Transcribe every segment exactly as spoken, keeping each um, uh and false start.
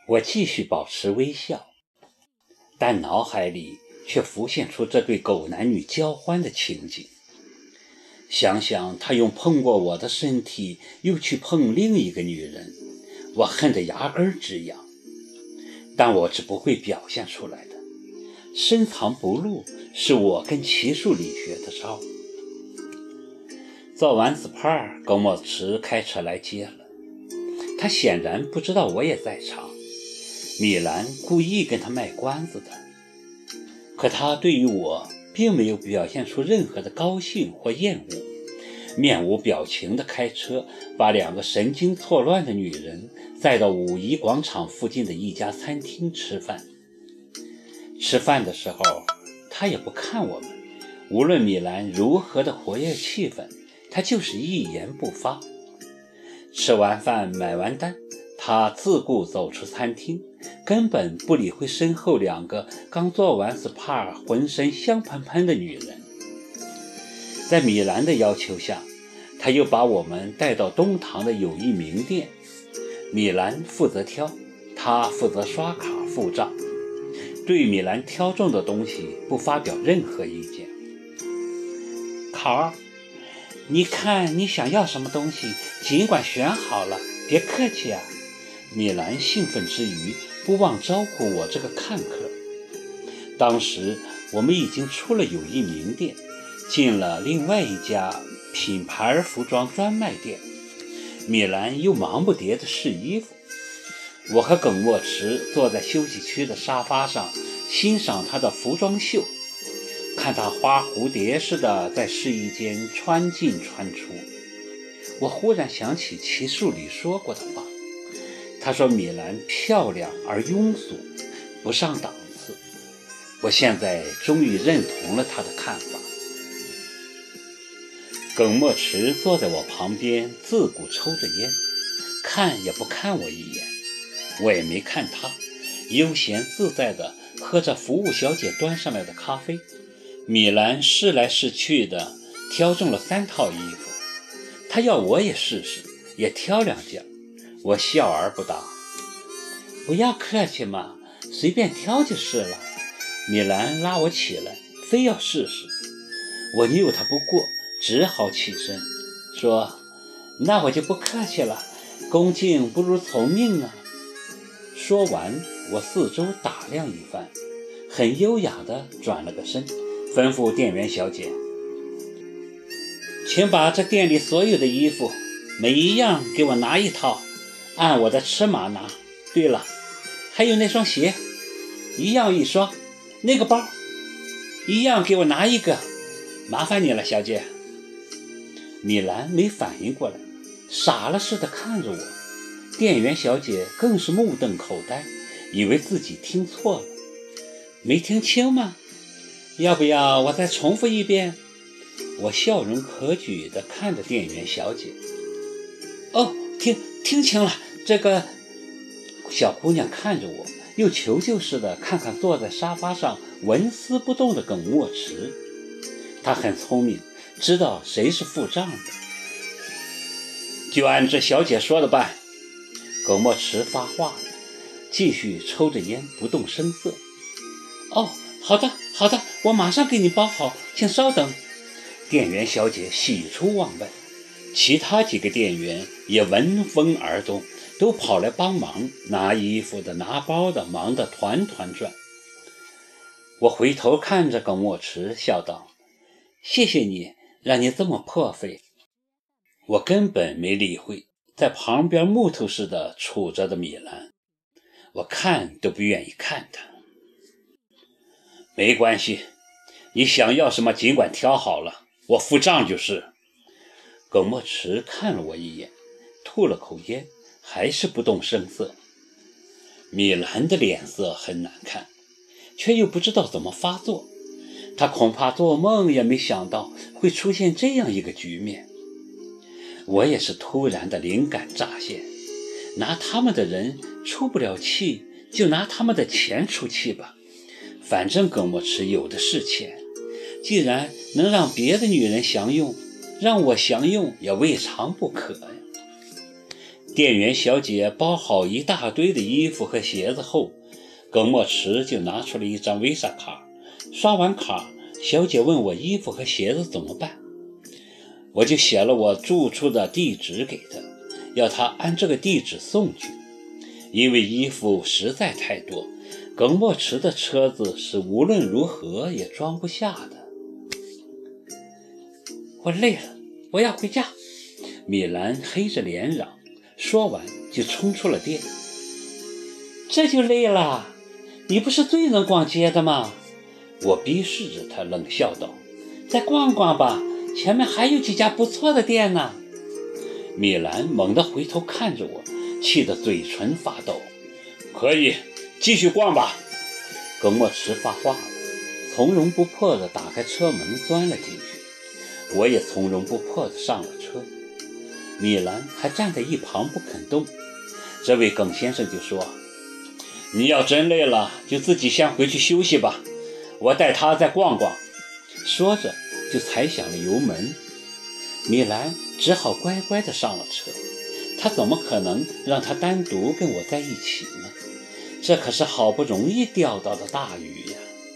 我继续保持微笑，但脑海里却浮现出这对狗男女交欢的情景。想想他用碰过我的身体又去碰另一个女人，我恨得牙根直痒，但我只不会表现出来的，深藏不露是我跟骑术里学的招。做完 S P A， 耿墨池开车来接了，他显然不知道我也在场，米兰故意跟他卖关子的，可他对于我并没有表现出任何的高兴或厌恶，面无表情地开车把两个神经错乱的女人载到五一广场附近的一家餐厅吃饭。吃饭的时候他也不看我们，无论米兰如何的活跃气氛，他就是一言不发。吃完饭买完单，他自顾走出餐厅，根本不理会身后两个刚做完 S P A 浑身香喷喷的女人。在米兰的要求下，他又把我们带到东堂的友谊名店，米兰负责挑，他负责刷卡付账，对米兰挑中的东西不发表任何意见。考儿，你看你想要什么东西尽管选好了，别客气啊。米兰兴奋之余不忘招呼我这个看客。当时我们已经出了友谊名店，进了另外一家品牌服装专卖店，米兰又忙不迭地试衣服。我和耿墨池坐在休息区的沙发上欣赏他的服装秀，看他花蝴蝶似的在试衣间穿进穿出。我忽然想起骑术里说过的话，他说米兰漂亮而庸俗，不上档次。我现在终于认同了他的看法。耿墨池坐在我旁边自顾抽着烟，看也不看我一眼，我也没看他，悠闲自在地喝着服务小姐端上来的咖啡。米兰试来试去的挑中了三套衣服，他要我也试试，也挑两件。我笑而不答。不要客气嘛，随便挑就是了。米兰拉我起来，非要试试。我拗他不过，只好起身说，那我就不客气了，恭敬不如从命啊。说完，我四周打量一番，很优雅地转了个身，吩咐店员小姐，请把这店里所有的衣服每一样给我拿一套，按我的尺码拿。对了，还有那双鞋，一样一双。那个包，一样给我拿一个，麻烦你了，小姐。米兰没反应过来，傻了似的看着我。店员小姐更是目瞪口呆，以为自己听错了。没听清吗？要不要我再重复一遍？我笑容可掬地看着店员小姐。哦，听听清了。这个小姑娘看着我，又求救似的看看坐在沙发上纹丝不动的耿墨池。她很聪明，知道谁是付账的。就按这小姐说的办。耿墨池发话了，继续抽着烟不动声色。哦，好的好的，我马上给你包好，请稍等。店员小姐喜出望外，其他几个店员也闻风而动，都跑来帮忙，拿衣服的拿包的忙得团团转。我回头看着耿墨池笑道，谢谢你，让你这么破费。我根本没理会在旁边木头似的杵着的米兰，我看都不愿意看他。没关系，你想要什么尽管挑好了，我付账就是。耿墨池看了我一眼，吐了口烟，还是不动声色。米兰的脸色很难看，却又不知道怎么发作。他恐怕做梦也没想到会出现这样一个局面。我也是突然的灵感乍现，拿他们的人出不了气，就拿他们的钱出气吧。反正耿墨池有的是钱，既然能让别的女人享用，让我享用也未尝不可呀。 店员小姐包好一大堆的衣服和鞋子后，耿墨池就拿出了一张 Visa 卡。刷完卡，小姐问我衣服和鞋子怎么办，我就写了我住处的地址给她，要她按这个地址送去。因为衣服实在太多，耿墨池的车子是无论如何也装不下的。我累了，我要回家。米兰黑着脸嚷，说完就冲出了店。这就累了？你不是最能逛街的吗？我逼视着他，冷笑道：再逛逛吧，前面还有几家不错的店呢。米兰猛地回头看着我，气得嘴唇发抖。可以，继续逛吧。耿墨池发话了，从容不迫地打开车门钻了进去。我也从容不迫地上了车。米兰还站在一旁不肯动。这位耿先生就说：你要真累了，就自己先回去休息吧，我带他再逛逛。说着就踩响了油门。米兰只好乖乖地上了车。他怎么可能让他单独跟我在一起呢？这可是好不容易钓到的大鱼呀。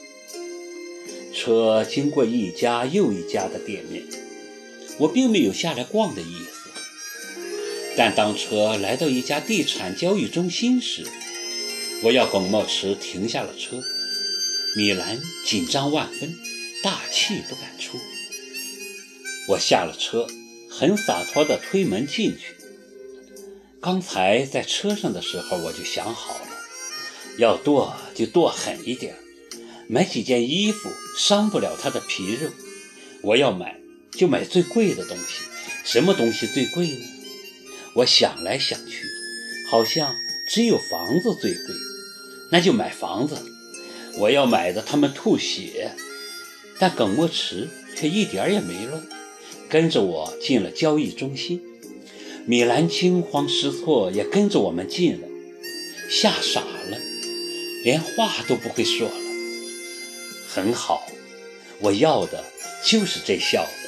车经过一家又一家的店面，我并没有下来逛的意思。但当车来到一家地产交易中心时，我要耿墨池停下了车。米兰紧张万分，大气不敢出。我下了车，很洒脱地推门进去。刚才在车上的时候我就想好了，要剁就剁狠一点，买几件衣服伤不了他的皮肉。我要买就买最贵的东西。什么东西最贵呢？我想来想去，好像只有房子最贵，那就买房子。我要买的他们吐血。但耿墨池却一点也没乱，跟着我进了交易中心。米兰惊慌失措也跟着我们进来，吓傻了，连话都不会说了。很好，我要的就是这小子。